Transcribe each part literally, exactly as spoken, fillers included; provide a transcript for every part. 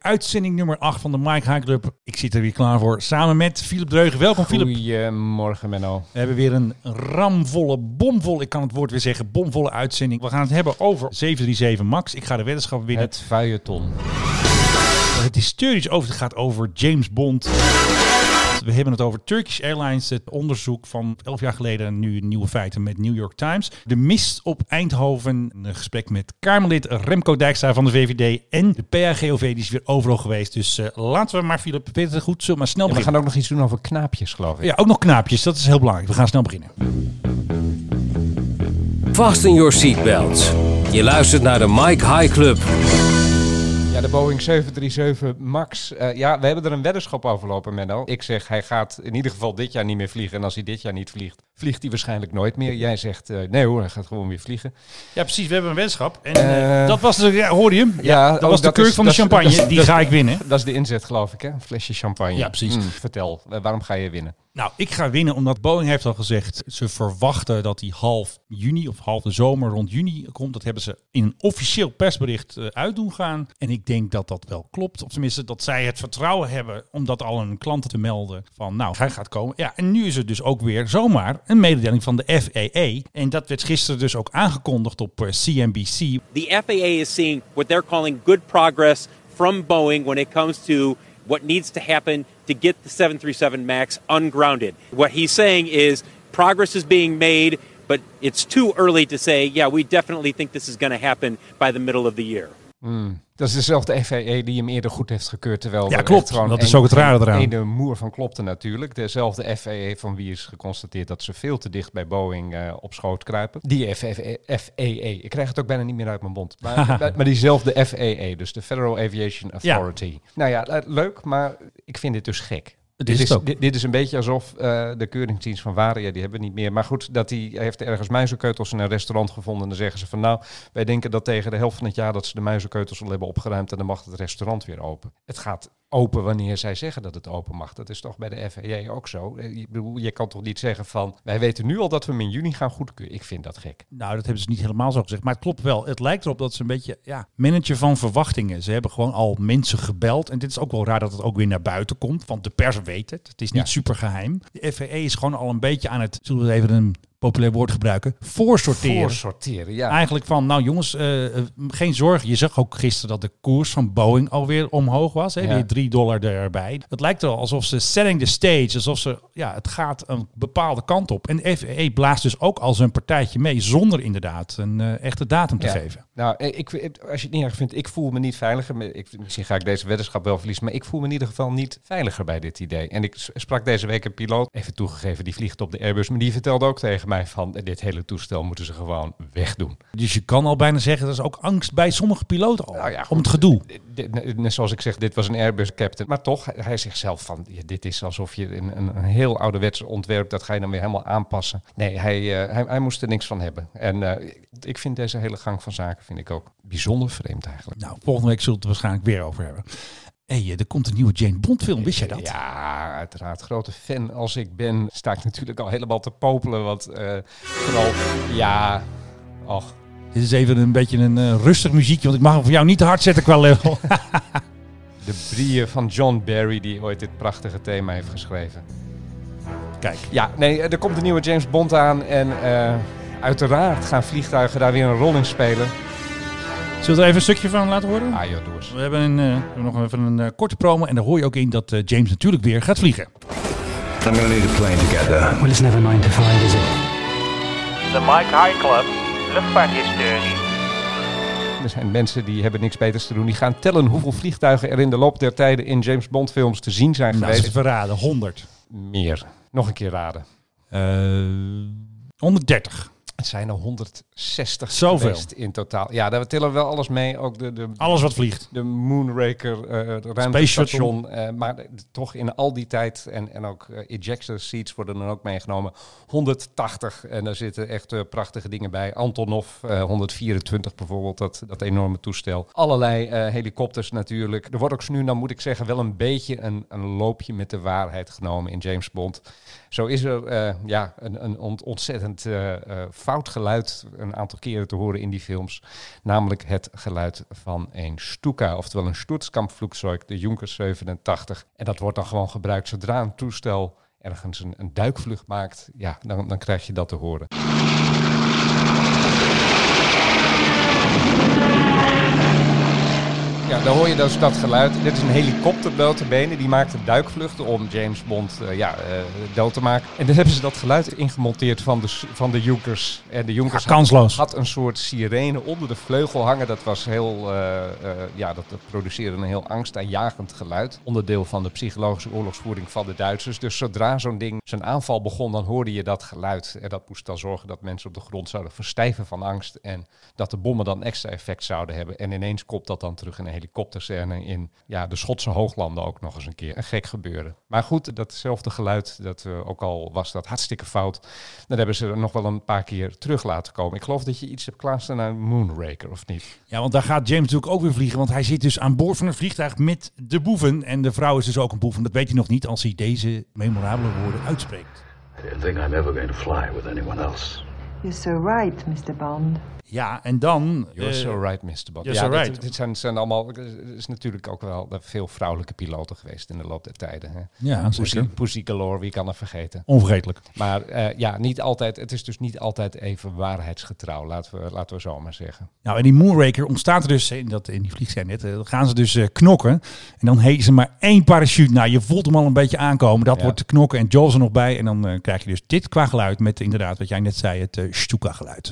uitzending nummer acht van de Mike High Club. Ik zit er weer klaar voor, samen met Philip Dreugen. Welkom, Philip. Goedemorgen, Menno. We hebben weer een ramvolle, bomvolle, ik kan het woord weer zeggen, bomvolle uitzending. We gaan het hebben over zeven drie zeven Max. Ik ga de weddenschap winnen. Het feuilleton. Het historisch over, het gaat over James Bond. We hebben het over Turkish Airlines, het onderzoek van elf jaar geleden, nu nieuwe feiten met New York Times. De mist op Eindhoven, een gesprek met Kamerlid Remco Dijkstra van de V V D en de P A G O V, die is weer overal geweest. Dus uh, laten we maar, Philip, weet het goed, zullen we maar snel ja, beginnen. We gaan ook nog iets doen over knaapjes, geloof ik. Ja, ook nog knaapjes, dat is heel belangrijk. We gaan snel beginnen. Fasten your seatbelts. Je luistert naar de Mike High Club. Ja, de Boeing zeven drie zeven Max. Uh, ja, we hebben er een weddenschap over lopen, Menno. Ik zeg, hij gaat in ieder geval dit jaar niet meer vliegen. En als hij dit jaar niet vliegt, vliegt hij waarschijnlijk nooit meer. Jij zegt, uh, nee hoor, hij gaat gewoon weer vliegen. Ja, precies. We hebben een weddenschap. En uh, dat was de, ja, hoorde je hem? Ja, ja, dat was de dat kurk is, van de dat champagne. is, dat is, die dat ga is, ik winnen. Dat is de inzet, geloof ik, hè? Een flesje champagne. Ja, precies. Mm, vertel, uh, waarom ga je winnen? Nou, ik ga winnen omdat Boeing heeft al gezegd, ze verwachten dat hij half juni of half de zomer rond juni komt. Dat hebben ze in een officieel persbericht uh, uit doen gaan. En ik denk dat dat wel klopt. Of tenminste, dat zij het vertrouwen hebben om dat al aan klanten te melden van, nou, hij gaat komen. Ja, en nu is er dus ook weer zomaar een mededeling van de F A A. En dat werd gisteren dus ook aangekondigd op uh, C N B C. The F A A is seeing what they're calling good progress from Boeing when it comes to what needs to happen to get the seven thirty-seven MAX ungrounded. What he's saying is progress is being made, but it's too early to say, yeah, we definitely think this is going to happen by the middle of the year. Mm. Dat is dezelfde F A A die hem eerder goed heeft gekeurd. Terwijl ja, klopt. Dat is ook het rare eraan. Ene moer van klopte natuurlijk. Dezelfde F A A van wie is geconstateerd dat ze veel te dicht bij Boeing uh, op schoot kruipen. Die F A A, F A A. Ik krijg het ook bijna niet meer uit mijn mond. Maar, maar diezelfde F A A, dus de Federal Aviation Authority. Ja. Nou ja, leuk, maar ik vind dit dus gek. Dit dit, is is, dit, dit is een beetje alsof uh, de keuringsdienst van Waria, die hebben we niet meer. Maar goed, dat die heeft ergens muizenkeutels in een restaurant gevonden. En dan zeggen ze van nou, wij denken dat tegen de helft van het jaar dat ze de muizenkeutels al hebben opgeruimd. En dan mag het restaurant weer open. Het gaat open wanneer zij zeggen dat het open mag. Dat is toch bij de F A A ook zo? Ik bedoel, je kan toch niet zeggen van, wij weten nu al dat we hem in juni gaan goedkeuren. Ik vind dat gek. Nou, dat hebben ze niet helemaal zo gezegd. Maar het klopt wel. Het lijkt erop dat ze een beetje, ja, manager van verwachtingen. Ze hebben gewoon al mensen gebeld. En dit is ook wel raar dat het ook weer naar buiten komt. Want de pers weet het. Het is niet ja. super geheim. De F A A is gewoon al een beetje aan het, zullen we even een populair woord gebruiken, voorsorteren. Voorsorteren, ja. Eigenlijk van, nou jongens, uh, geen zorgen. Je zag ook gisteren dat de koers van Boeing alweer omhoog was. Hè? Ja. Weer drie dollar erbij. Het lijkt wel alsof ze setting the stage, alsof ze, ja, het gaat een bepaalde kant op. En de F A A blaast dus ook al zijn partijtje mee, zonder inderdaad een uh, echte datum te ja. geven. Nou, ik, als je het niet erg vindt, ik voel me niet veiliger. Ik, misschien ga ik deze weddenschap wel verliezen, maar ik voel me in ieder geval niet veiliger bij dit idee. En ik sprak deze week een piloot, even toegegeven, die vliegt op de Airbus, maar die vertelde ook tegen mij van, dit hele toestel moeten ze gewoon wegdoen. Dus je kan al bijna zeggen, dat is ook angst bij sommige piloten al, nou ja, goed, om het gedoe. Net zoals ik zeg, dit was een Airbus captain. Maar toch, hij zegt zelf van, ja, dit is alsof je een, een, een heel ouderwets ontwerp, dat ga je dan weer helemaal aanpassen. Nee, hij, uh, hij, hij moest er niks van hebben. En uh, ik vind deze hele gang van zaken vind ik ook bijzonder vreemd eigenlijk. Nou, volgende week zullen we het waarschijnlijk weer over hebben. Hé, hey, er komt een nieuwe James Bond film, wist jij dat? Ja, uiteraard. Grote fan als ik ben, sta ik natuurlijk al helemaal te popelen. Want uh, vooral, ja, och. Dit is even een beetje een uh, rustig muziekje, want ik mag hem voor jou niet te hard zetten qua level. De brieën van John Barry, die ooit dit prachtige thema heeft geschreven. Kijk. Ja, nee, er komt een nieuwe James Bond aan en uh, uiteraard gaan vliegtuigen daar weer een rol in spelen. Zullen we er even een stukje van laten horen? Ah, joh, doe eens. We hebben, een, uh, we hebben nog even een uh, korte promo en daar hoor je ook in dat uh, James natuurlijk weer gaat vliegen. I'm gonna need a plane together. Well, it's never nine to five, is it? De Mike High Club, luchtvaarthistorie. Er zijn mensen die hebben niks beters te doen. Die gaan tellen hoeveel vliegtuigen er in de loop der tijden in James Bond films te zien zijn nou, geweest. Nou, ze verraden, honderd. Meer. Nog een keer raden. Uh, honderddertig. Het zijn er honderdzestig Zoveel geweest in totaal. Ja, daar tellen we wel alles mee. Ook de, de, alles wat vliegt. De Moonraker, uh, de ruimtestation. Uh, maar de, toch in al die tijd. En, en ook uh, ejector seats worden dan ook meegenomen. honderdtachtig. En daar zitten echt uh, prachtige dingen bij. Antonov uh, honderdvierentwintig bijvoorbeeld. Dat, dat enorme toestel. Allerlei uh, helikopters natuurlijk. Er wordt ook nu, dan moet ik zeggen, wel een beetje een, een loopje met de waarheid genomen in James Bond. Zo is er uh, ja, een, een ont- ontzettend uh, uh, fout geluid uh, een aantal keren te horen in die films. Namelijk het geluid van een Stuka, oftewel een Sturzkampfflugzeug, de Junkers zevenentachtig. En dat wordt dan gewoon gebruikt zodra een toestel ergens een, een duikvlucht maakt. Ja, dan, dan krijg je dat te horen. Ja, dan hoor je dus dat geluid. Dit is een helikopter nota bene. Die maakt een duikvlucht om James Bond uh, ja, uh, dood te maken. En dan hebben ze dat geluid ingemonteerd van de, van de Junkers. En de Junkers ja, kansloos. Had, had een soort sirene onder de vleugel hangen. Dat was heel, uh, uh, ja, dat, dat produceerde een heel angstaanjagend geluid. Onderdeel van de psychologische oorlogsvoering van de Duitsers. Dus zodra zo'n ding zijn aanval begon, dan hoorde je dat geluid. En dat moest dan zorgen dat mensen op de grond zouden verstijven van angst. En dat de bommen dan extra effect zouden hebben. En ineens kopt dat dan terug in een helikopterscène in ja, de Schotse hooglanden ook nog eens een keer. Een gek gebeuren. Maar goed, datzelfde geluid, dat uh, ook al was dat hartstikke fout, dan hebben ze er nog wel een paar keer terug laten komen. Ik geloof dat je iets hebt klaarstaan naar Moonraker, of niet? Ja, want daar gaat James natuurlijk ook weer vliegen, want hij zit dus aan boord van een vliegtuig met de boeven. En de vrouw is dus ook een boef. En dat weet hij nog niet als hij deze memorabele woorden uitspreekt. I didn't think I'm ever going to fly with anyone else. You're so right, mister Bond. Ja, en dan... You're uh, so right, mister Bond. You're ja, so dit, right. dit zijn, zijn allemaal... Er is natuurlijk ook wel veel vrouwelijke piloten geweest in de loop der tijden. Hè? Ja, Pussy, zeker. Pussy galore, wie kan er vergeten? Onvergetelijk. Maar uh, ja, niet altijd, het is dus niet altijd even waarheidsgetrouw, laten we, laten we zo maar zeggen. Nou, en die Moonraker ontstaat er dus, in, dat, in die vliegtuig net, dan gaan ze dus uh, knokken. En dan heet ze maar één parachute. Nou, je voelt hem al een beetje aankomen. Dat Ja. wordt te knokken en Jaws er nog bij. En dan uh, krijg je dus dit qua geluid met inderdaad, wat jij net zei, het uh, Stuka geluid.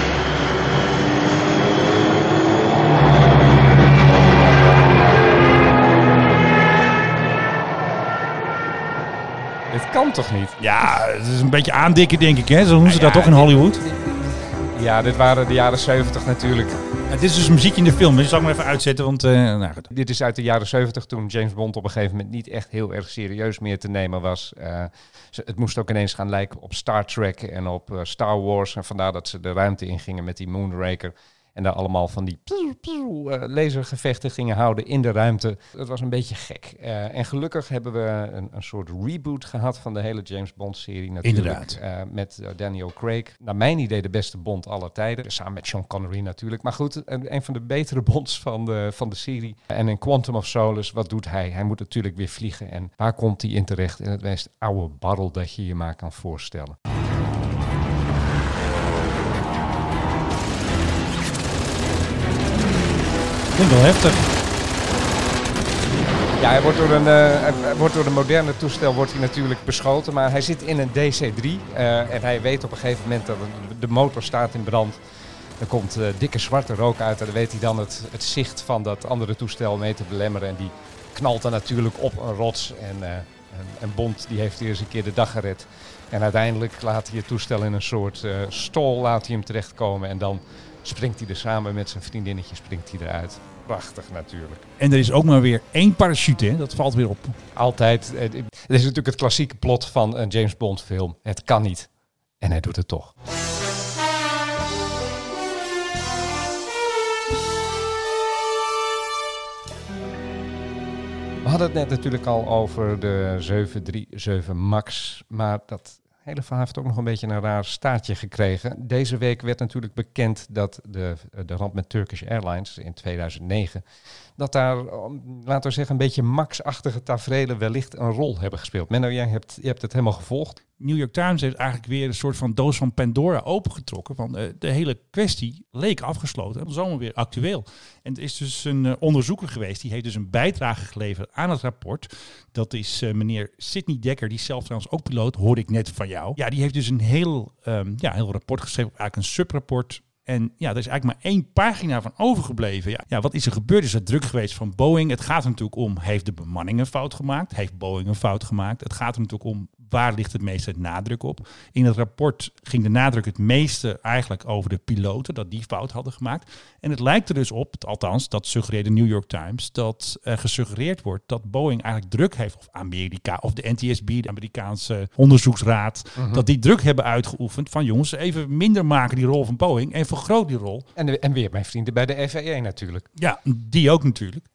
Dit kan toch niet? Ja, het is een beetje aandikken, denk ik, hè? Zo doen ze dat toch in Hollywood? Ja, dit waren de jaren zeventig natuurlijk. Ja, dit is dus muziek in de film. Dus ik zal hem even uitzetten, want... Uh, nou, goed. Dit is uit de jaren zeventig, toen James Bond op een gegeven moment niet echt heel erg serieus meer te nemen was. Uh, ze, het moest ook ineens gaan lijken op Star Trek en op uh, Star Wars. En vandaar dat ze de ruimte ingingen met die Moonraker. En daar allemaal van die pzoe, pzoe, uh, lasergevechten gingen houden in de ruimte. Dat was een beetje gek. Uh, en gelukkig hebben we een, een soort reboot gehad van de hele James Bond-serie natuurlijk. Inderdaad. Uh, met uh, Daniel Craig. Naar mijn idee de beste Bond aller tijden. Samen met Sean Connery natuurlijk. Maar goed, een, een van de betere Bonds van de, van de serie. En in Quantum of Solace, wat doet hij? Hij moet natuurlijk weer vliegen. En waar komt hij in terecht? In het meest oude barrel dat je je maar kan voorstellen. Ik vind het wel heftig. Ja, hij wordt door een, uh, hij wordt door een moderne toestel wordt hij natuurlijk beschoten, maar hij zit in een D C drie uh, en hij weet op een gegeven moment dat de motor staat in brand. Er komt uh, dikke zwarte rook uit en dan weet hij dan het, het zicht van dat andere toestel mee te belemmeren en die knalt dan natuurlijk op een rots en, uh, en, en Bond die heeft hier eens een keer de dag gered. En uiteindelijk laat hij het toestel in een soort uh, stol, laat hij hem terechtkomen en dan springt hij er samen met zijn vriendinnetje springt hij eruit. Prachtig natuurlijk. En er is ook maar weer één parachute, hè? Dat valt weer op. Altijd. Het is natuurlijk het klassieke plot van een James Bond film. Het kan niet. En hij doet het toch. We hadden het net natuurlijk al over de zeven drie zeven MAX. Maar dat hele verhaal heeft ook nog een beetje een raar staartje gekregen. Deze week werd natuurlijk bekend dat de, de ramp met Turkish Airlines in tweeduizend negen... dat daar, laten we zeggen, een beetje Max-achtige taferelen wellicht een rol hebben gespeeld. Menno, jij hebt, je hebt het helemaal gevolgd. New York Times heeft eigenlijk weer een soort van doos van Pandora opengetrokken. Van uh, de hele kwestie leek afgesloten. En zomaar weer actueel. En er is dus een uh, onderzoeker geweest. Die heeft dus een bijdrage geleverd aan het rapport. Dat is uh, meneer Sidney Dekker. Die is zelf trouwens ook piloot. Hoorde ik net van jou. Ja, die heeft dus een heel, um, ja, heel rapport geschreven. Eigenlijk een subrapport. En ja, er is eigenlijk maar één pagina van overgebleven. Ja, ja, wat is er gebeurd? Is er druk geweest van Boeing? Het gaat er natuurlijk om, heeft de bemanning een fout gemaakt? Heeft Boeing een fout gemaakt? Het gaat er natuurlijk om, waar ligt het meeste nadruk op? In het rapport ging de nadruk het meeste eigenlijk over de piloten, dat die fout hadden gemaakt. En het lijkt er dus op, althans, dat suggereerde New York Times, dat er gesuggereerd wordt dat Boeing eigenlijk druk heeft, of Amerika, of de N T S B, de Amerikaanse onderzoeksraad, uh-huh. dat die druk hebben uitgeoefend van jongens, even minder maken die rol van Boeing en vergroot die rol. En, de, en weer mijn vrienden bij de F A A natuurlijk. Ja, die ook natuurlijk.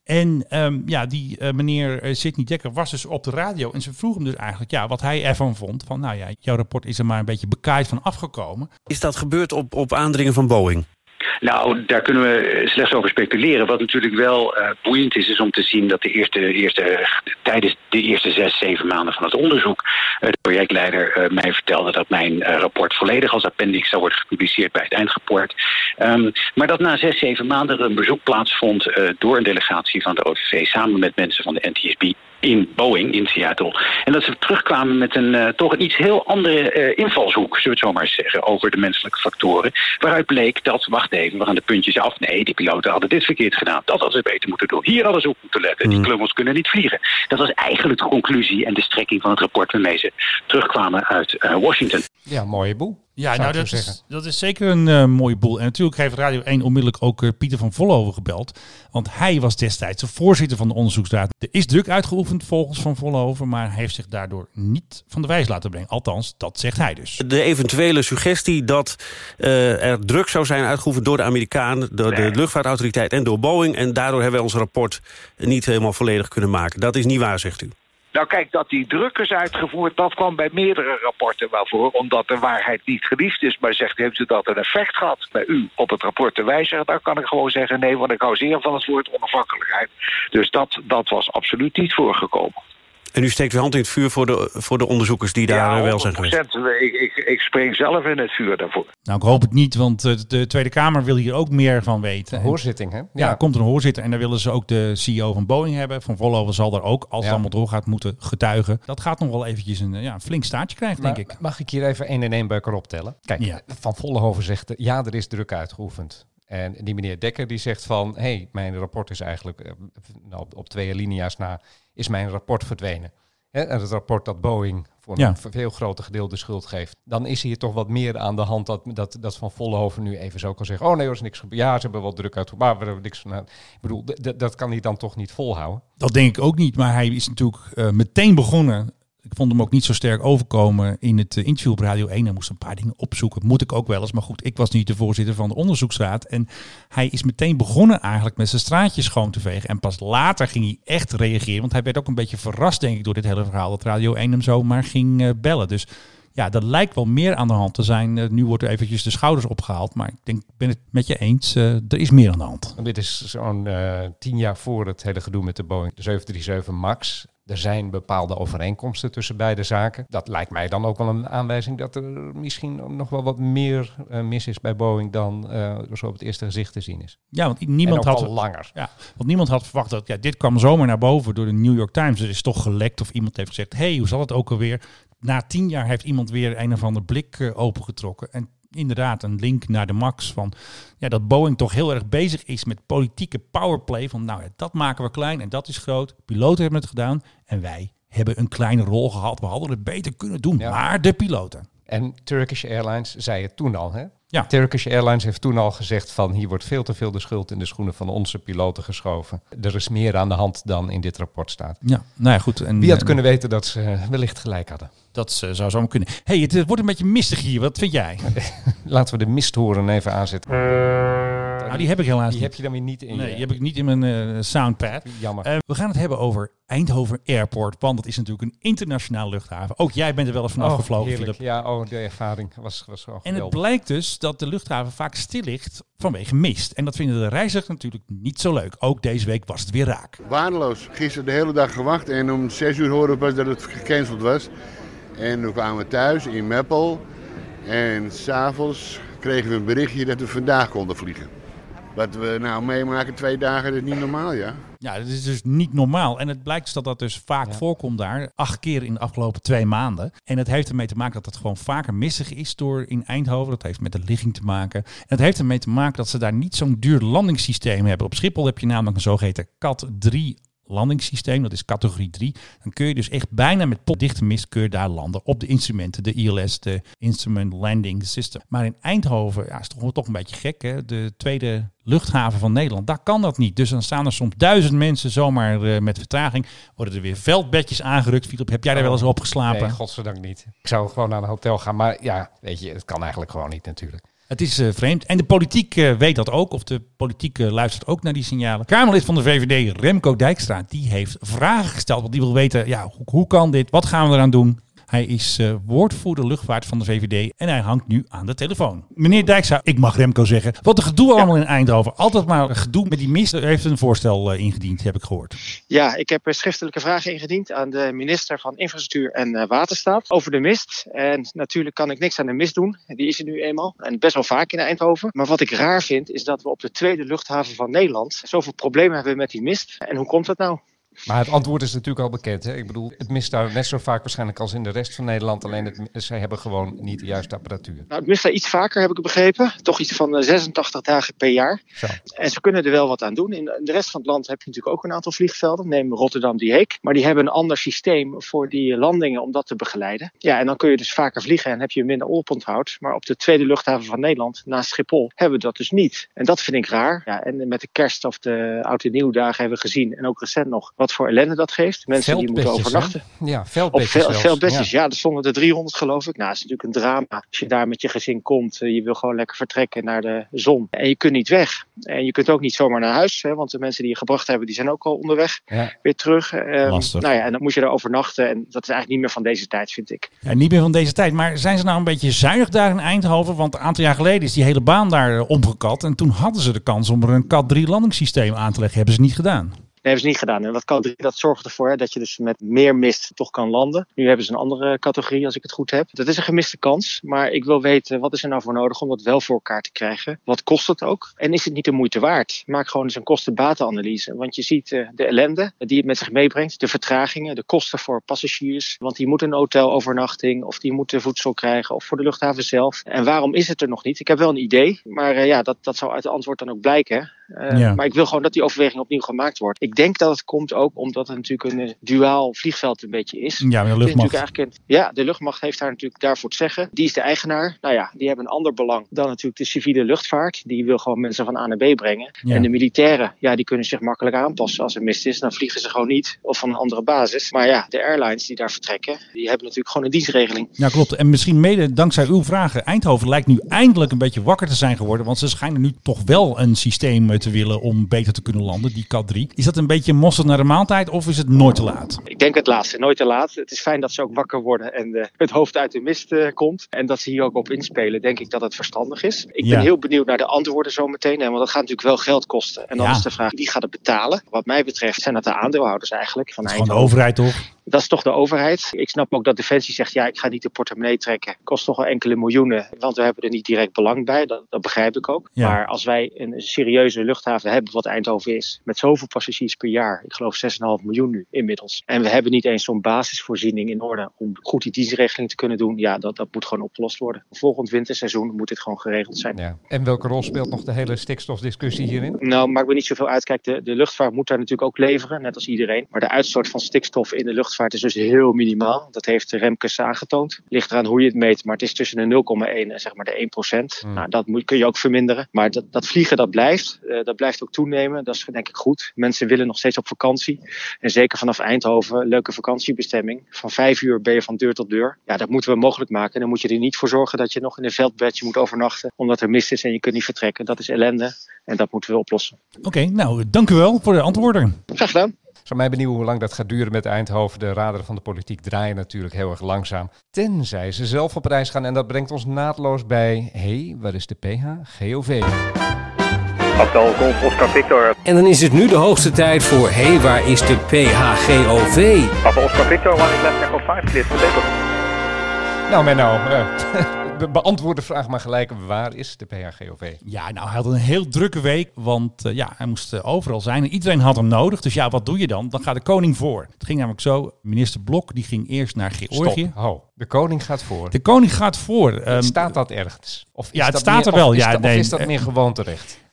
En um, ja, die uh, meneer uh, Sidney Dekker was dus op de radio en ze vroeg hem dus eigenlijk ja, wat hij ervan vond. Van nou ja, jouw rapport is er maar een beetje bekaaid van afgekomen. Is dat gebeurd op, op aandringen van Boeing? Nou, daar kunnen we slechts over speculeren. Wat natuurlijk wel uh, boeiend is, is om te zien dat de eerste, eerste, tijdens de eerste zes, zeven maanden van het onderzoek uh, de projectleider uh, mij vertelde dat mijn uh, rapport volledig als appendix zou worden gepubliceerd bij het eindrapport. Um, maar dat na zes, zeven maanden er een bezoek plaatsvond uh, door een delegatie van de O V V samen met mensen van de N T S B in Boeing, in Seattle. En dat ze terugkwamen met een uh, toch een iets heel andere uh, invalshoek, zullen we het zo maar eens zeggen, over de menselijke factoren. Waaruit bleek dat, wacht even, we gaan de puntjes af. Nee, die piloten hadden dit verkeerd gedaan. Dat hadden ze beter moeten doen. Hier hadden ze op moeten letten. Die klungels kunnen niet vliegen. Dat was eigenlijk de conclusie en de strekking van het rapport waarmee ze terugkwamen uit uh, Washington. Ja, mooie boel. Ja, nou dat is, dat is zeker een uh, mooie boel. En natuurlijk heeft Radio één onmiddellijk ook uh, Pieter van Vollenhoven gebeld. Want hij was destijds de voorzitter van de onderzoeksraad. Er is druk uitgeoefend volgens Van Vollenhoven, maar hij heeft zich daardoor niet van de wijs laten brengen. Althans, dat zegt hij dus. De eventuele suggestie dat uh, er druk zou zijn uitgeoefend door de Amerikanen, door nee. de luchtvaartautoriteit en door Boeing. En daardoor hebben wij ons rapport niet helemaal volledig kunnen maken. Dat is niet waar, zegt u. Nou kijk, dat die druk is uitgevoerd, dat kwam bij meerdere rapporten wel voor. Omdat de waarheid niet geliefd is. Maar zegt, heeft u dat een effect gehad bij u op het rapport te wijzigen? Dan kan ik gewoon zeggen nee, want ik hou zeer van het woord onafhankelijkheid. Dus dat, dat was absoluut niet voorgekomen. En u steekt uw hand in het vuur voor de, voor de onderzoekers die daar ja, wel zijn geweest. Ik, ik, ik spring zelf in het vuur daarvoor. Nou, ik hoop het niet, want de Tweede Kamer wil hier ook meer van weten. Een hoorzitting, hè? Ja, ja, er komt een hoorzitting en daar willen ze ook de C E O van Boeing hebben. Van Vollenhoven zal daar ook, als ja. het allemaal doorgaat, moeten getuigen. Dat gaat nog wel eventjes een, ja, een flink staartje krijgen, maar, denk ik. Mag ik hier even één en één bij elkaar optellen? Kijk, ja. Van Vollenhoven zegt, ja, er is druk uitgeoefend. En die meneer Dekker die zegt van, hé, hey, mijn rapport is eigenlijk, uh, nou, op, op twee linia's na, is mijn rapport verdwenen. En het rapport dat Boeing voor ja. een veel groter gedeelte de schuld geeft. Dan is hier toch wat meer aan de hand dat, dat, dat Van Vollenhoven nu even zo kan zeggen. Oh nee, er is niks gebeurd. Ja, ze hebben wel druk uit. Maar we hebben niks van. Ik bedoel, d- d- dat kan hij dan toch niet volhouden? Dat denk ik ook niet. Maar hij is natuurlijk uh, meteen begonnen. Ik vond hem ook niet zo sterk overkomen in het uh, interview op Radio één. Hij moest een paar dingen opzoeken. Moet ik ook wel eens. Maar goed, ik was niet de voorzitter van de onderzoeksraad. En hij is meteen begonnen eigenlijk met zijn straatjes schoon te vegen. En pas later ging hij echt reageren. Want hij werd ook een beetje verrast, denk ik, door dit hele verhaal. Dat Radio één hem zomaar ging uh, bellen. Dus ja, er lijkt wel meer aan de hand te zijn. Uh, nu wordt er eventjes de schouders opgehaald. Maar ik denk, ik ben het met je eens. Uh, er is meer aan de hand. En dit is zo'n uh, tien jaar voor het hele gedoe met de Boeing zeven drie zeven MAX. Er zijn bepaalde overeenkomsten tussen beide zaken. Dat lijkt mij dan ook wel een aanwijzing dat er misschien nog wel wat meer uh, mis is bij Boeing dan uh, zo op het eerste gezicht te zien is. Ja, want niemand en ook had al langer. Ja, want niemand had verwacht dat ja, dit kwam zomaar naar boven door de New York Times. Er is toch gelekt of iemand heeft gezegd, hé, hey, hoe zal het ook alweer? Na tien jaar heeft iemand weer een of ander blik uh, opengetrokken. En inderdaad een link naar de Max van ja, dat Boeing toch heel erg bezig is met politieke powerplay. Van nou ja, dat maken we klein en dat is groot. Piloten hebben het gedaan en wij hebben een kleine rol gehad. We hadden het beter kunnen doen, ja. Maar de piloten. En Turkish Airlines zei het toen al, hè? Ja. Turkish Airlines heeft toen al gezegd van hier wordt veel te veel de schuld in de schoenen van onze piloten geschoven. Er is meer aan de hand dan in dit rapport staat. Ja, nou ja, goed. En, wie had kunnen weten dat ze wellicht gelijk hadden? Dat uh, zou zomaar kunnen. Hey, het, het wordt een beetje mistig hier. Wat vind jij? Laten we de misthoren even aanzetten. Nou, die heb ik helaas Die heb je dan weer niet in Nee, je... die heb ik niet in mijn uh, soundpad. Jammer. Uh, we gaan het hebben over Eindhoven Airport. Want dat is natuurlijk een internationale luchthaven. Ook jij bent er wel eens van oh, afgevlogen, heerlijk. Philip. Ja, oh, de ervaring was, was gewoon En het blijkt dus dat de luchthaven vaak stil ligt vanwege mist. En dat vinden de reizigers natuurlijk niet zo leuk. Ook deze week was het weer raak. Waardeloos. Gisteren de hele dag gewacht en om zes uur hoorden we pas dat het gecanceld was. En toen kwamen we thuis in Meppel. En s'avonds kregen we een berichtje dat we vandaag konden vliegen. Wat we nou meemaken twee dagen, dat is niet normaal, ja. Ja, dat is dus niet normaal. En het blijkt dus dat dat dus vaak ja. voorkomt daar. Acht keer in de afgelopen twee maanden. En het heeft ermee te maken dat het gewoon vaker mistig is door in Eindhoven. Dat heeft met de ligging te maken. En het heeft ermee te maken dat ze daar niet zo'n duur landingssysteem hebben. Op Schiphol heb je namelijk een zogeheten C A T drie landingssysteem, dat is categorie drie. Dan kun je dus echt bijna met potdichte mist kun je daar landen op de instrumenten, de I L S, de Instrument Landing System. Maar in Eindhoven ja, is toch, toch een beetje gek, hè? De tweede luchthaven van Nederland, daar kan dat niet. Dus dan staan er soms duizend mensen zomaar uh, met vertraging. Worden er weer veldbedjes aangerukt. Philip, heb jij daar wel eens op geslapen? Nee, godzijdank niet. Ik zou gewoon naar een hotel gaan, maar ja, weet je, het kan eigenlijk gewoon niet natuurlijk. Het is uh, vreemd. En de politiek uh, weet dat ook. Of de politiek uh, luistert ook naar die signalen. Kamerlid van de V V D, Remco Dijkstra, die heeft vragen gesteld. Want die wil weten, ja, hoe, hoe kan dit? Wat gaan we eraan doen? Hij is uh, woordvoerder luchtvaart van de V V D en hij hangt nu aan de telefoon. Meneer Dijkstra, ik mag Remco zeggen. Wat een gedoe allemaal in Eindhoven. Altijd maar een gedoe met die mist. U heeft een voorstel uh, ingediend, heb ik gehoord. Ja, ik heb schriftelijke vragen ingediend aan de minister van Infrastructuur en uh, Waterstaat over de mist. En natuurlijk kan ik niks aan de mist doen. Die is er nu eenmaal. En best wel vaak in Eindhoven. Maar wat ik raar vind is dat we op de tweede luchthaven van Nederland zoveel problemen hebben met die mist. En hoe komt dat nou? Maar het antwoord is natuurlijk al bekend. Hè? Ik bedoel, het mist daar net zo vaak waarschijnlijk als in de rest van Nederland. Alleen het, zij hebben gewoon niet de juiste apparatuur. Nou, het mist daar iets vaker, heb ik begrepen. Toch iets van zesentachtig dagen per jaar. Zo. En ze kunnen er wel wat aan doen. In de rest van het land heb je natuurlijk ook een aantal vliegvelden. Neem Rotterdam die Heek. Maar die hebben een ander systeem voor die landingen om dat te begeleiden. Ja, en dan kun je dus vaker vliegen en heb je minder oponthoud. Maar op de tweede luchthaven van Nederland, naast Schiphol, hebben we dat dus niet. En dat vind ik raar. Ja, en met de kerst of de oud- en nieuwdagen hebben we gezien, en ook recent nog, wat voor ellende dat geeft. Mensen die moeten overnachten. Hè? Ja, veldbedjes Op veldbedjes, ja. ja, er stonden er driehonderd geloof ik. Nou, dat is natuurlijk een drama. Als je daar met je gezin komt, je wil gewoon lekker vertrekken naar de zon. En je kunt niet weg. En je kunt ook niet zomaar naar huis, hè, want de mensen die je gebracht hebben, die zijn ook al onderweg. Ja. Weer terug. Um, Lastig. Nou ja, en dan moet je er overnachten. En dat is eigenlijk niet meer van deze tijd, vind ik. Ja, niet meer van deze tijd. Maar zijn ze nou een beetje zuinig daar in Eindhoven? Want een aantal jaar geleden is die hele baan daar omgekat. En toen hadden ze de kans om er een Cat drie landingssysteem aan te leggen. Hebben ze niet gedaan. Dat hebben ze niet gedaan. En dat, kan, dat zorgt ervoor hè, dat je dus met meer mist toch kan landen. Nu hebben ze een andere categorie, als ik het goed heb. Dat is een gemiste kans. Maar ik wil weten, wat is er nou voor nodig om dat wel voor elkaar te krijgen? Wat kost het ook? En is het niet de moeite waard? Maak gewoon eens een kosten-batenanalyse. Want je ziet uh, de ellende die het met zich meebrengt. De vertragingen, de kosten voor passagiers. Want die moeten een hotelovernachting of die moeten voedsel krijgen. Of voor de luchthaven zelf. En waarom is het er nog niet? Ik heb wel een idee. Maar uh, ja, dat, dat zou uit het antwoord dan ook blijken. Uh, ja. Maar ik wil gewoon dat die overweging opnieuw gemaakt wordt. Ik denk dat het komt ook omdat het natuurlijk een uh, duaal vliegveld een beetje is. Ja, de luchtmacht. Is eigenlijk een, ja, de luchtmacht heeft daar natuurlijk daarvoor te zeggen. Die is de eigenaar. Nou ja, die hebben een ander belang dan natuurlijk de civiele luchtvaart. Die wil gewoon mensen van A naar B brengen. Ja. En de militairen, ja, die kunnen zich makkelijk aanpassen. Als er mist is, dan vliegen ze gewoon niet. Of van een andere basis. Maar ja, de airlines die daar vertrekken, die hebben natuurlijk gewoon een dienstregeling. Ja, klopt. En misschien mede dankzij uw vragen. Eindhoven lijkt nu eindelijk een beetje wakker te zijn geworden. Want ze schijnen nu toch wel een systeem te willen om beter te kunnen landen, die Cat drie. Is dat een beetje mosterd naar de maaltijd of is het nooit te laat? Ik denk het laatste, nooit te laat. Het is fijn dat ze ook wakker worden en uh, het hoofd uit de mist uh, komt. En dat ze hier ook op inspelen, denk ik dat het verstandig is. Ik ben ja. heel benieuwd naar de antwoorden zometeen. Want dat gaat natuurlijk wel geld kosten. En dan ja. is de vraag, wie gaat het betalen? Wat mij betreft zijn dat de aandeelhouders eigenlijk. Van dat is gewoon de overheid toch? Dat is toch de overheid. Ik snap ook dat Defensie zegt, ja, ik ga niet de portemonnee trekken. Kost toch wel enkele miljoenen, want we hebben er niet direct belang bij. Dat, dat begrijp ik ook. Ja. Maar als wij een serieuze luchthaven hebben, wat Eindhoven is, met zoveel passagiers per jaar, ik geloof zes komma vijf miljoen nu inmiddels. En we hebben niet eens zo'n basisvoorziening in orde om goed die dienstregeling te kunnen doen. Ja, dat, dat moet gewoon opgelost worden. Volgend winterseizoen moet dit gewoon geregeld zijn. Ja. En welke rol speelt nog de hele stikstofdiscussie hierin? Nou, maakt me niet zoveel uit. Kijk, de, de luchtvaart moet daar natuurlijk ook leveren, net als iedereen. Maar de uitstoot van stikstof in de luchtvaart is dus heel minimaal. Dat heeft Remkes aangetoond. Ligt eraan hoe je het meet, maar het is tussen de nul komma één en zeg maar de één procent. Hmm. Nou, dat moet, kun je ook verminderen. Maar dat, dat vliegen, dat blijft. Uh, dat blijft ook toenemen. Dat is denk ik goed. Mensen willen nog steeds op vakantie. En zeker vanaf Eindhoven, leuke vakantiebestemming. Van vijf uur ben je van deur tot deur. Ja, dat moeten we mogelijk maken. En dan moet je er niet voor zorgen dat je nog in een veldbedje moet overnachten. Omdat er mist is en je kunt niet vertrekken. Dat is ellende. En dat moeten we oplossen. Oké, okay, nou, dank u wel voor de antwoorden. Graag gedaan. Ik zou mij benieuwen hoe lang dat gaat duren met Eindhoven. De raderen van de politiek draaien natuurlijk heel erg langzaam. Tenzij ze zelf op reis gaan. En dat brengt ons naadloos bij... Hé, hey, waar is de P H G O V? Hotel Golf Oscar Victor. En dan is het nu de hoogste tijd voor... Hé, hey, waar is de P H G O V? Papa Oscar Victor, one is left echo vijf, clear for takeoff. Nou Menno, uh, beantwoord de vraag maar gelijk. Waar is de P H G O V? Ja, nou hij had een heel drukke week. Want uh, ja, hij moest uh, overal zijn. En iedereen had hem nodig. Dus ja, wat doe je dan? Dan gaat de koning voor. Het ging namelijk zo. Minister Blok die ging eerst naar Georgië. Stop, ho. De koning gaat voor. De koning gaat voor. Um, staat dat ergens? Of is ja, het dat staat meer, er wel. Of is, ja, dat, nee, of is dat meer gewoon terecht?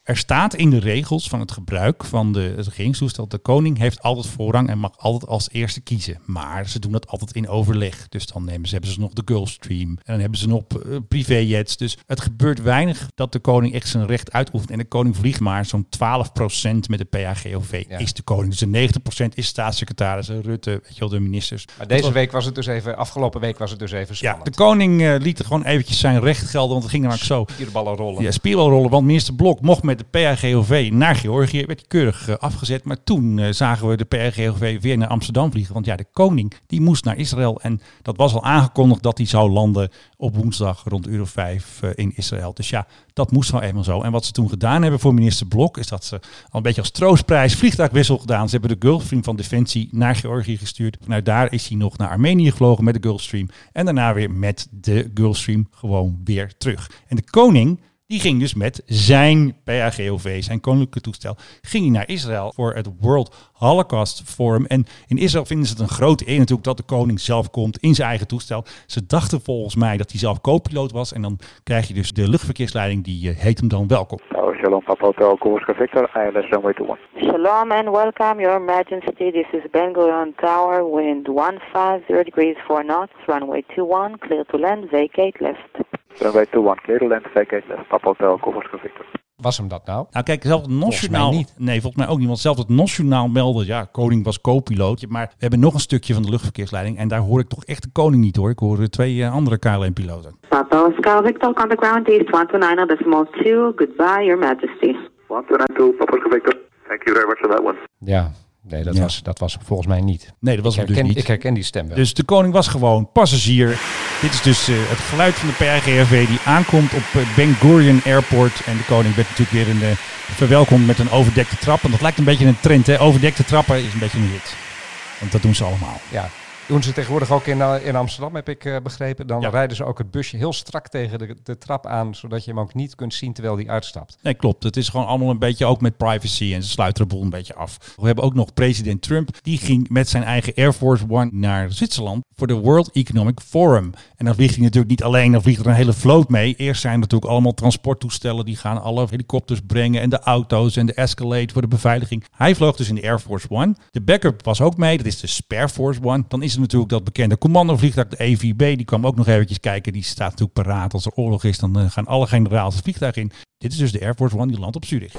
Er staat in de regels van het gebruik van de, het regeringstoestel, de koning heeft altijd voorrang en mag altijd als eerste kiezen. Maar ze doen dat altijd in overleg. Dus dan nemen ze, hebben ze nog de Gulfstream en dan hebben ze nog uh, privéjets. Dus het gebeurt weinig dat de koning echt zijn recht uitoefent. En de koning vliegt maar zo'n twaalf procent met de P H G O V ja. is de koning. Dus de negentig procent is staatssecretaris, Rutte, weet je wel, de ministers. Maar deze was, week was het dus even, afgelopen week was het dus even spannend. Ja, de koning uh, liet er gewoon eventjes zijn recht gelden, want het ging namelijk zo. Spierballen rollen. Ja, spierballen rollen, want minister Blok mocht met de P H G O V naar Georgië, werd hij keurig uh, afgezet. Maar toen uh, zagen we de P H G O V weer naar Amsterdam vliegen. Want ja, de koning die moest naar Israël. En dat was al aangekondigd dat hij zou landen op woensdag rond uur of vijf uh, in Israël. Dus ja, dat moest nou eenmaal zo. En wat ze toen gedaan hebben voor minister Blok is dat ze al een beetje als troostprijs vliegtuigwissel gedaan. Ze hebben de Gulfstream van Defensie naar Georgië gestuurd. Vanuit daar is hij nog naar Armenië gevlogen met de Gulfstream. En daarna weer met de Gulfstream gewoon weer terug. En de koning die ging dus met zijn P H G O V, zijn koninklijke toestel, ging hij naar Israël voor het World Holocaust Forum. En in Israël vinden ze het een grote eer natuurlijk dat de koning zelf komt in zijn eigen toestel. Ze dachten volgens mij dat hij zelf co-piloot was. En dan krijg je dus de luchtverkeersleiding, die uh, heet hem dan welkom. Oh, shalom, Papa Hotel, Koerska Victor, I L S runway two one. Shalom and welcome, Your Majesty. This is Ben Gurion Tower, wind one five zero degrees four knots, runway two one, clear to land, vacate left. Runway two one, clear to land, vacate left, Papa Hotel, Koerska Victor. Was hem dat nou? Nou kijk, zelfs het N O S-journaal... niet. Nee, volgens mij ook niet. Want zelfs het N O S-journaal meldde, ja, koning was co-piloot. Maar we hebben nog een stukje van de luchtverkeersleiding. En daar hoor ik toch echt de koning niet hoor. Ik hoor twee uh, andere K L M-piloten. Papa Oscar Victor, on the ground, east one two nine, decimal two. Goodbye, Your Majesty. one two nine two, Papa Oscar Victor. Thank you very much for that one. Ja. Nee, dat, ja. was, dat was volgens mij niet. Nee, dat was ik herken, dus niet. Ik herken die stem wel. Dus de koning was gewoon passagier. Dit is dus uh, het geluid van de P H G O V die aankomt op uh, Ben Gurion Airport. En de koning werd natuurlijk weer een, uh, verwelkomd met een overdekte trap. En dat lijkt een beetje een trend, hè. Overdekte trappen is een beetje een hit. Want dat doen ze allemaal. Ja. Doen ze tegenwoordig ook in, in Amsterdam, heb ik uh, begrepen. Dan ja. rijden ze ook het busje heel strak tegen de, de trap aan, zodat je hem ook niet kunt zien terwijl hij uitstapt. Nee, klopt. Het is gewoon allemaal een beetje ook met privacy en ze sluiten de boel een beetje af. We hebben ook nog president Trump. Die ging met zijn eigen Air Force One naar Zwitserland voor de World Economic Forum. En dan vliegt hij natuurlijk niet alleen, dan vliegt er een hele vloot mee. Eerst zijn er natuurlijk allemaal transporttoestellen, die gaan alle helikopters brengen en de auto's en de Escalade voor de beveiliging. Hij vloog dus in de Air Force One. De backup was ook mee, dat is de Spare Force One. Dan is er natuurlijk dat bekende commandovliegtuig, de A V B, die kwam ook nog eventjes kijken. Die staat natuurlijk paraat. Als er oorlog is, dan uh, gaan alle generaals het vliegtuig in. Dit is dus de Air Force One, die landt op Zurich.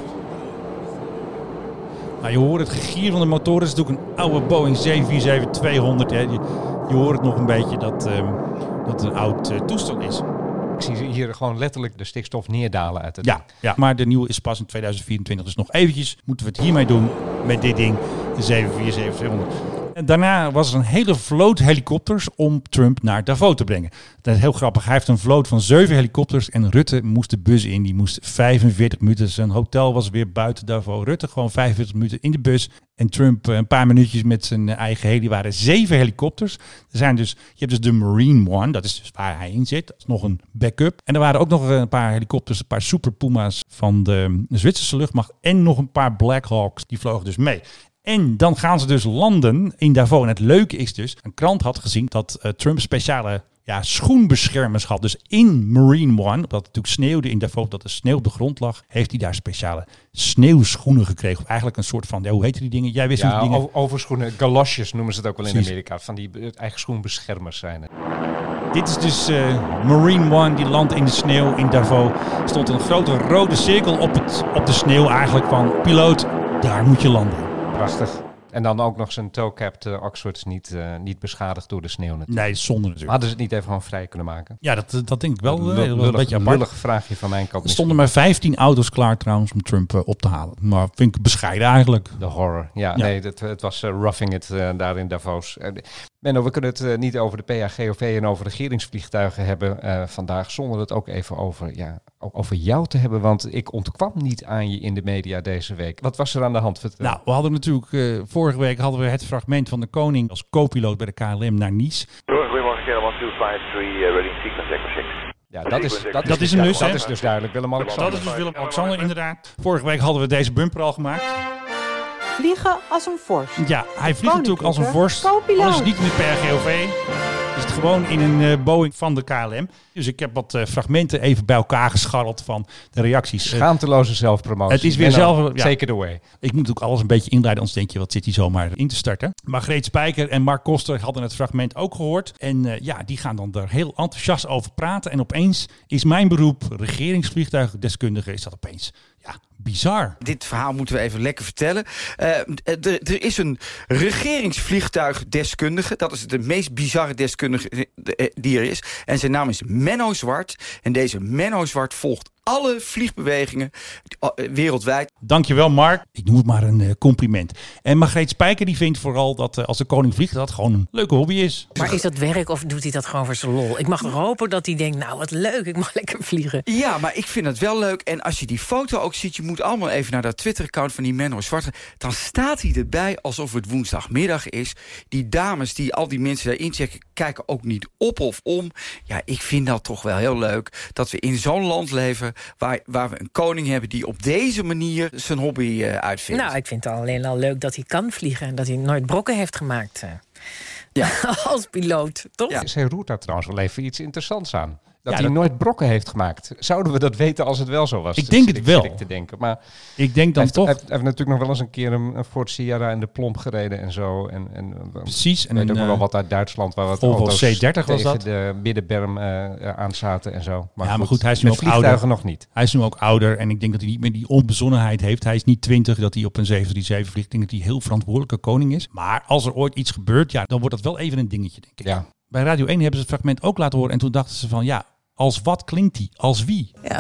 Nou, je hoort het gegier van de motoren. Het is natuurlijk een oude Boeing zeven vier zeven tweehonderd. Hè. Je, je hoort het nog een beetje dat, um, dat het een oud uh, toestel is. Ik zie hier gewoon letterlijk de stikstof neerdalen uit het ja, ding. Ja, maar de nieuwe is pas in tweeduizend vierentwintig. Dus nog eventjes moeten we het hiermee doen met dit ding, de zeven vier zeven tweehonderd. En daarna was er een hele vloot helikopters om Trump naar Davos te brengen. Dat is heel grappig. Hij heeft een vloot van zeven helikopters en Rutte moest de bus in. Die moest vijfenveertig minuten. Zijn hotel was weer buiten Davos. Rutte gewoon vijfenveertig minuten in de bus. En Trump een paar minuutjes met zijn eigen heli. Die waren zeven helikopters. Er zijn dus, je hebt dus de Marine One. Dat is dus waar hij in zit. Dat is nog een backup. En er waren ook nog een paar helikopters. Een paar Super Puma's van de Zwitserse luchtmacht. En nog een paar Black Hawks. Die vlogen dus mee. En dan gaan ze dus landen in Davos. En het leuke is dus, een krant had gezien dat uh, Trump speciale ja, schoenbeschermers had. Dus in Marine One, dat het natuurlijk sneeuwde in Davos, dat de sneeuw op de grond lag, heeft hij daar speciale sneeuwschoenen gekregen. Of eigenlijk een soort van, ja, hoe heette die dingen? Jij wist ja, die dingen. Overschoenen, galosjes noemen ze het ook wel in Precies. Amerika. Van die eigen schoenbeschermers zijn het. Dit is dus uh, Marine One, die landt in de sneeuw in Davos. Er stond een grote rode cirkel op, het, op de sneeuw eigenlijk van, piloot, daar moet je landen. Prachtig. En dan ook nog zijn toe-capped uh, Oxfords niet, uh, niet beschadigd door de sneeuw natuurlijk. Nee, zonder natuurlijk. Hadden ze het niet even gewoon vrij kunnen maken? Ja, dat, dat denk ik wel. Een, uh, lullig, wel een beetje apart. lullig vraagje van mijn kant. Er stonden maar vijftien auto's klaar trouwens om Trump uh, op te halen. Maar vind ik bescheiden eigenlijk. De horror. Ja, ja. nee, het, het was uh, roughing it uh, daar in Davos. Uh, Menno, we kunnen het uh, niet over de P H G O V en over regeringsvliegtuigen hebben uh, vandaag, zonder het ook even over, ja, ook over jou te hebben. Want ik ontkwam niet aan je in de media deze week. Wat was er aan de hand? Vertel. Nou, we hadden natuurlijk, uh, vorige week hadden we het fragment van de koning als co-piloot bij de K L M naar Nice. Ja, dat is, dat dat is, is hem dus. Dat is dus duidelijk. Willem-Alexander. Dat is dus Willem-Alexander, inderdaad. Vorige week hadden we deze bumper al gemaakt. Vliegen als een vorst. Ja, hij vliegt natuurlijk als een vorst. Al is het niet in de P H G O V. is het gewoon in een uh, Boeing van de K L M. Dus ik heb wat uh, fragmenten even bij elkaar gescharreld van de reacties. Schaamteloze zelfpromotie. Het is weer zelf... Ja, take it away. Ik moet ook alles een beetje inleiden, anders denk je, wat zit hij zomaar in te starten. Margreet Spijker en Mark Koster hadden het fragment ook gehoord. En uh, ja, die gaan dan er heel enthousiast over praten. En opeens is mijn beroep, regeringsvliegtuigdeskundige, is dat opeens... Ja, bizar. Dit verhaal moeten we even lekker vertellen. Uh, er is een regeringsvliegtuigdeskundige. Dat is de meest bizarre deskundige die er is. En zijn naam is Menno Zwart. En deze Menno Zwart volgt alle vliegbewegingen wereldwijd. Dankjewel, Mark. Ik noem het maar een uh, compliment. En Margreet Spijker die vindt vooral dat uh, als de koning vliegt, dat gewoon een leuke hobby is. Maar is dat werk of doet hij dat gewoon voor zijn lol? Ik mag toch hopen dat hij denkt, nou wat leuk, ik mag lekker vliegen. Ja, maar ik vind het wel leuk. En als je die foto ook ziet, je moet allemaal even naar dat Twitter-account van die Menno Zwart. Dan staat hij erbij alsof het woensdagmiddag is. Die dames die al die mensen daarin checken, kijken ook niet op of om. Ja, ik vind dat toch wel heel leuk dat we in zo'n land leven Waar, waar we een koning hebben die op deze manier zijn hobby uh, uitvindt. Nou, ik vind het alleen al leuk dat hij kan vliegen en dat hij nooit brokken heeft gemaakt. Uh. Ja. Als piloot, toch? Ja. Zij roert daar trouwens wel even iets interessants aan. Dat ja, hij dat... nooit brokken heeft gemaakt. Zouden we dat weten als het wel zo was? Ik denk het ik, wel. Ik te denken. Maar ik denk dan hij toch. Hij heeft, hij heeft natuurlijk nog wel eens een keer een, een Ford Sierra in de plomp gereden en zo. En, en, Precies. En weet ook nog wel wat uit Duitsland waar wat Volvo auto's C dertig was tegen dat. de middenberm uh, aan zaten en zo. Maar ja, goed, maar goed, hij is nu met ook vliegtuigen ouder. nog niet. Hij is nu ook ouder en ik denk dat hij niet meer die onbezonnenheid heeft. Hij is niet twintig dat hij op een zeven drie zeven vliegt. Ik denk dat hij heel verantwoordelijke koning is. Maar als er ooit iets gebeurt, ja, dan wordt dat wel even een dingetje, denk ik. Ja. Bij Radio één hebben ze het fragment ook laten horen en toen dachten ze van ja. Als wat klinkt hij? Als wie? Ja,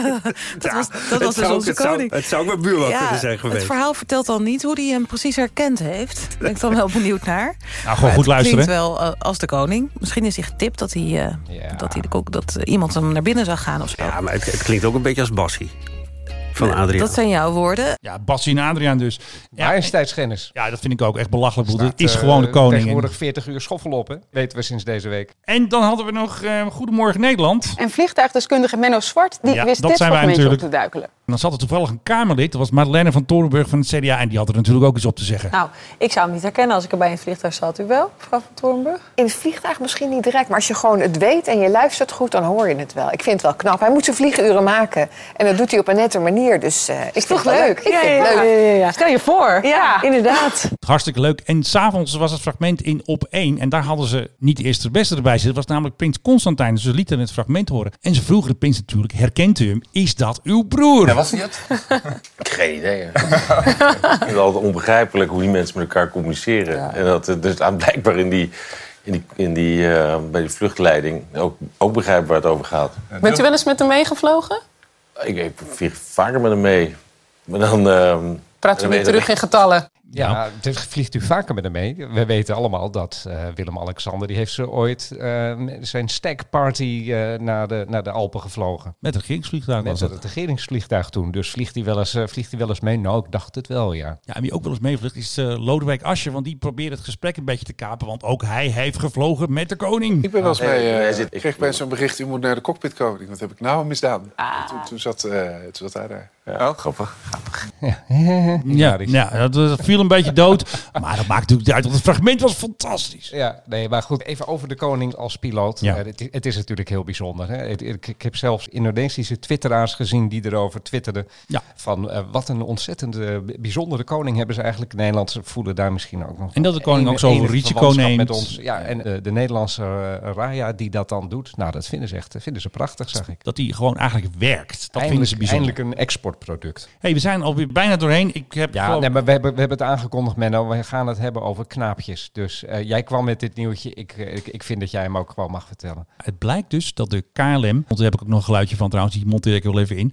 dat was, dat was dus onze het koning. Zou, het zou ook mijn buurman ja, kunnen zijn geweest. Het verhaal vertelt al niet hoe hij hem precies herkend heeft. Daar ben ik dan wel benieuwd naar. Nou, gewoon goed luisteren. Het klinkt wel uh, als de koning. Misschien is hij getipt dat, hij, uh, ja. dat, hij de, dat uh, iemand hem naar binnen zag gaan of zo. Ja, maar het, het klinkt ook een beetje als Bassie. Van Adriaan. Dat zijn jouw woorden. Ja, Bassie en Adriaan dus. Ja, Majesteitsgennis. Ja, dat vind ik ook echt belachelijk. Staat, Het is gewoon de koning. Tegenwoordig veertig uur schoffel op, hè? Weten we sinds deze week. En dan hadden we nog uh, Goedemorgen Nederland. En vliegtuigdeskundige Menno Zwart, die ja, wist dat dit zijn wij fragmentje natuurlijk. op te duikelen. En dan zat er toevallig een Kamerlid, dat was Madeleine van Torenburg van het C D A. En die had er natuurlijk ook iets op te zeggen. Nou, ik zou hem niet herkennen als ik er bij een vliegtuig zat. U wel, mevrouw van Torenburg? In het vliegtuig misschien niet direct, maar als je gewoon het weet en je luistert goed, dan hoor je het wel. Ik vind het wel knap. Hij moet zijn vlieguren maken. En dat doet hij op een nette manier. Dus uh, ik vind toch het wel leuk. leuk. Ik ja, vind ja, het ja. leuk. Ja, ja, ja. Stel je voor. Ja, inderdaad. Hartstikke leuk. En s'avonds was het fragment in Op één. En daar hadden ze niet de eerste de beste erbij zitten. Het was namelijk Prins Constantijn. Dus ze lieten het fragment horen. En ze vroegen de prins natuurlijk, herkent u hem? Is dat uw broer? Ja, was hij het? Geen idee. Ik vind het altijd onbegrijpelijk hoe die mensen met elkaar communiceren. Ja. En dat het dus blijkbaar in die, in die, in die, uh, bij die vluchtleiding ook, ook begrijpen waar het over gaat. Bent u wel eens met hem meegevlogen? Ik, ik vlieg vaker met hem mee. Maar dan... Uh, Praat u weer terug in getallen? Ja, ja, vliegt u vaker met hem mee. We weten allemaal dat uh, Willem-Alexander... die heeft ze ooit uh, zijn stagparty uh, naar, de, naar de Alpen gevlogen. Met het regeringsvliegtuig Met was het regeringsvliegtuig toen. Dus vliegt hij wel eens, uh, vliegt hij wel eens mee? Nou, ik dacht het wel, ja. Ja, en wie ook wel eens meevliegt is uh, Lodewijk Asscher. Want die probeert het gesprek een beetje te kapen. Want ook hij heeft gevlogen met de koning. Ik ben wel eens mee... Uh, ik kreeg bij zo'n bericht... u moet naar de cockpit komen. Wat heb ik nou misdaan? Ah. Toen, toen, zat, uh, toen zat hij daar. Ja, oh, grappig. grappig. Ja, ja, ja, dat viel een beetje dood. Maar dat maakt natuurlijk uit, want het fragment was fantastisch. Ja, nee, maar goed, even over de koning als piloot. Ja. Uh, het, het is natuurlijk heel bijzonder. Hè? Ik, ik, ik heb zelfs Indonesische twitteraars gezien die erover twitterden. Ja. Van uh, wat een ontzettend bijzondere koning hebben ze eigenlijk. Nederlandse voelen daar misschien ook nog. En dat de koning een, ook zoveel risico neemt. Met ons. Ja, en uh, de Nederlandse uh, Raya die dat dan doet. Nou, dat vinden ze echt vinden ze prachtig, zag ik. Dat hij gewoon eigenlijk werkt. Dat eindelijk, vinden ze bijzonder. Eindelijk een exportproduct. Hey, we zijn alweer bijna doorheen. Ik heb ja, gewoon... nee, maar we hebben, we hebben het aangekondigd, Menno. We gaan het hebben over knaapjes. Dus uh, jij kwam met dit nieuwtje. Ik, ik, ik vind dat jij hem ook gewoon mag vertellen. Het blijkt dus dat de K L M... Want daar heb ik ook nog een geluidje van trouwens. Die monteer ik er wel even in.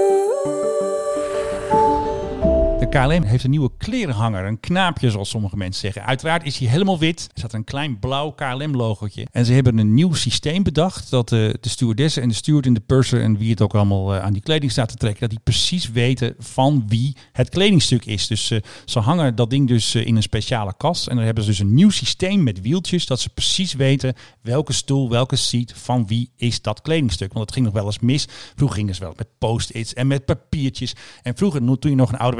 De K L M heeft een nieuwe klerenhanger, een knaapje zoals sommige mensen zeggen. Uiteraard is hij helemaal wit. Er staat een klein blauw K L M-logotje. En ze hebben een nieuw systeem bedacht dat uh, de stewardessen en de steward en de purser en wie het ook allemaal uh, aan die kleding staat te trekken, dat die precies weten van wie het kledingstuk is. Dus uh, ze hangen dat ding dus uh, in een speciale kast en dan hebben ze dus een nieuw systeem met wieltjes dat ze precies weten welke stoel, welke seat, van wie is dat kledingstuk. Want het ging nog wel eens mis. Vroeger gingen ze wel met post-its en met papiertjes. En vroeger, toen je nog een ouderwets ticket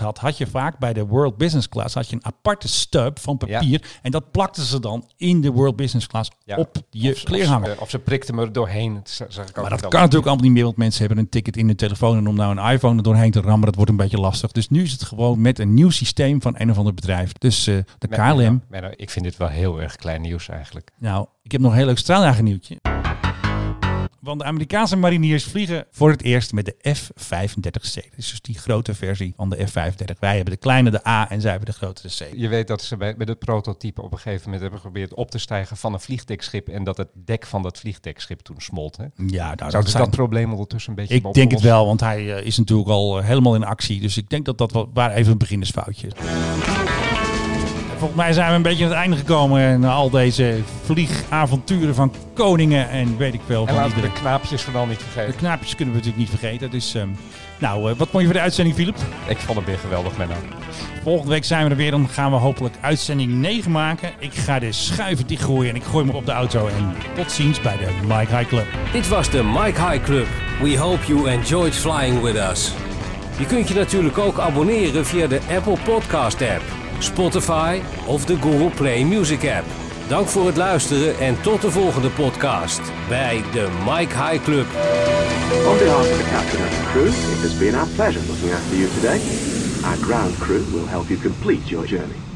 had, had je vaak bij de World Business Class had je een aparte stub van papier. Ja. En dat plakten ze dan in de World Business Class ja. op je of, kleerhanger. Of, of ze prikten me er doorheen. Dat zag ik ook maar dat kan natuurlijk allemaal niet meer, want mensen hebben een ticket in hun telefoon. En om nou een iPhone er doorheen te rammen, dat wordt een beetje lastig. Dus nu is het gewoon met een nieuw systeem van een of ander bedrijf. Dus uh, de K L M. Menno, ik vind dit wel heel erg klein nieuws eigenlijk. Nou, ik heb nog een heel leuk straaljager nieuwtje. Want de Amerikaanse mariniers vliegen voor het eerst met de F vijfendertig C. Dat is dus die grote versie van de F vijfendertig. Wij hebben de kleine, de A, en zij hebben de grotere C. Je weet dat ze bij, met het prototype op een gegeven moment hebben geprobeerd op te stijgen van een vliegdekschip en dat het dek van dat vliegdekschip toen smolt. Hè? Ja, nou, Zou dat, dat zijn... probleem ondertussen een beetje Ik denk het wel, want hij uh, is natuurlijk al uh, helemaal in actie. Dus ik denk dat dat wel, waar even een beginnersfoutje is. Volgens mij zijn we een beetje aan het einde gekomen na al deze vliegavonturen van koningen en weet ik veel. En van laten we iedereen. de knaapjes vooral niet vergeten. De knaapjes kunnen we natuurlijk niet vergeten. Dus, um, nou, uh, wat vond je van de uitzending, Philip? Ik vond het weer geweldig, Menno. Volgende week zijn we er weer. Dan gaan we hopelijk uitzending negen maken. Ik ga de schuiven dichtgooien en ik gooi me op de auto. En tot ziens bij de Mike High Club. Dit was de Mike High Club. We hope you enjoyed flying with us. Je kunt je natuurlijk ook abonneren via de Apple Podcast app, Spotify of de Google Play Music app. Dank voor het luisteren en tot de volgende podcast bij de Mike High Club. On behalf of the captain and the crew, it has been our pleasure looking after you today. Our ground crew will help you complete your journey.